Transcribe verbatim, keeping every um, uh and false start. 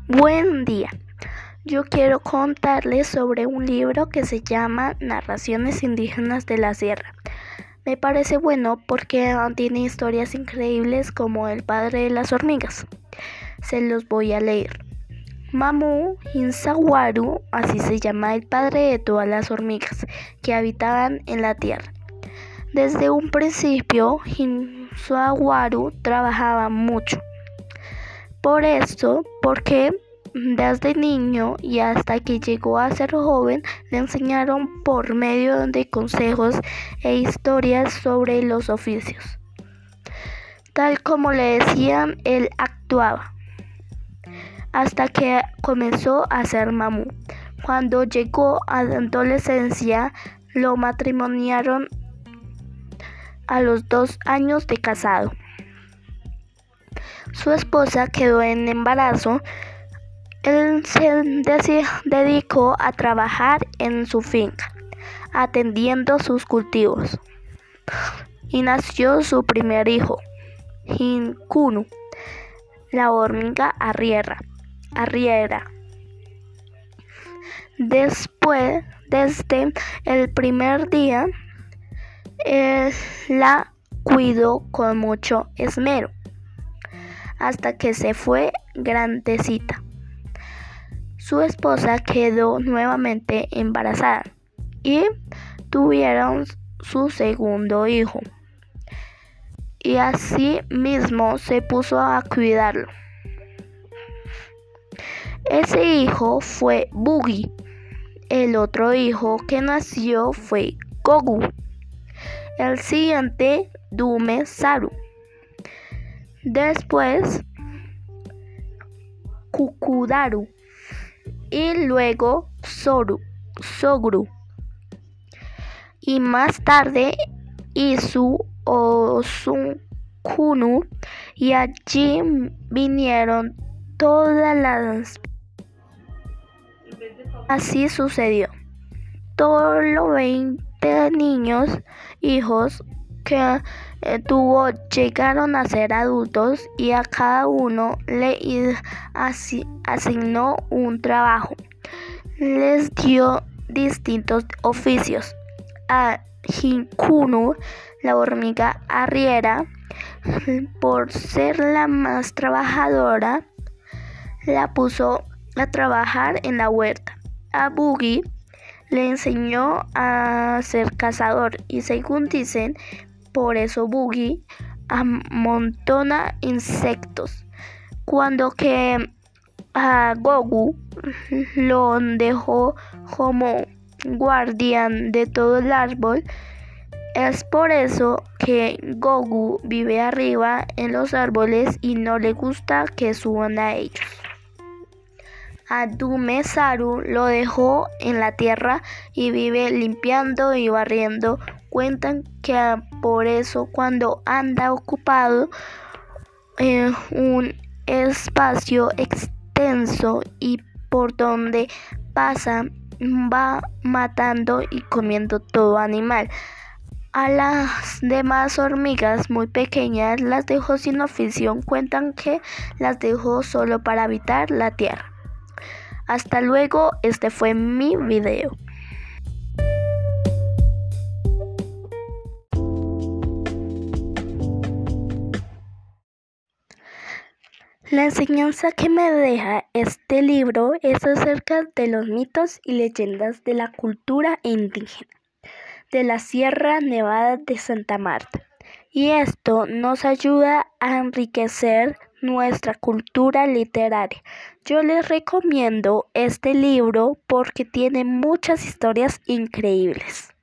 Buen día. Yo quiero contarles sobre un libro que se llama Narraciones Indígenas de la Sierra. Me parece bueno porque tiene historias increíbles como El padre de las hormigas. Se los voy a leer. Mamu Hinsawaru, así se llama el padre de todas las hormigas que habitaban en la tierra. Desde un principio, Hinsawaru trabajaba mucho. Por esto, porque desde niño y hasta que llegó a ser joven, le enseñaron por medio de consejos e historias sobre los oficios. Tal como le decían, él actuaba, hasta que comenzó a ser mamú. Cuando llegó a la adolescencia, lo matrimoniaron a los dos años de casado. Su esposa quedó en embarazo. Él se dedicó a trabajar en su finca, atendiendo sus cultivos, y nació su primer hijo, Hinkunu, la hormiga arriera. arriera. Después, desde el primer día, él la cuidó con mucho esmero, hasta que se fue grandecita. Su esposa quedó nuevamente embarazada y tuvieron su segundo hijo. Y así mismo se puso a cuidarlo. Ese hijo fue Bugi. El otro hijo que nació fue Gogu. El siguiente, Dume Saru. Después, Kukudaru. Y luego Soru, Sogru. Y más tarde Isu o Sunkunu. Y allí vinieron todas las... Así sucedió. Todos los veinte niños, hijos que eh, tuvo, llegaron a ser adultos y a cada uno le asi asignó un trabajo. Les dio distintos oficios. A Hinkunu, la hormiga arriera, por ser la más trabajadora, la puso a trabajar en la huerta. A Bugi le enseñó a ser cazador y, según dicen, por eso Bugi amontona insectos. Cuando que a Gogu lo dejó como guardián de todo el árbol. Es por eso que Gogu vive arriba en los árboles y no le gusta que suban a ellos. A Dume Saru lo dejó en la tierra y vive limpiando y barriendo. Cuentan que por eso cuando anda ocupado en un espacio extenso y por donde pasa va matando y comiendo todo animal. A las demás hormigas muy pequeñas las dejó sin oficio. Cuentan que las dejó solo para habitar la tierra. Hasta luego, este fue mi video. La enseñanza que me deja este libro es acerca de los mitos y leyendas de la cultura indígena de la Sierra Nevada de Santa Marta. Y esto nos ayuda a enriquecer nuestra cultura literaria. Yo les recomiendo este libro porque tiene muchas historias increíbles.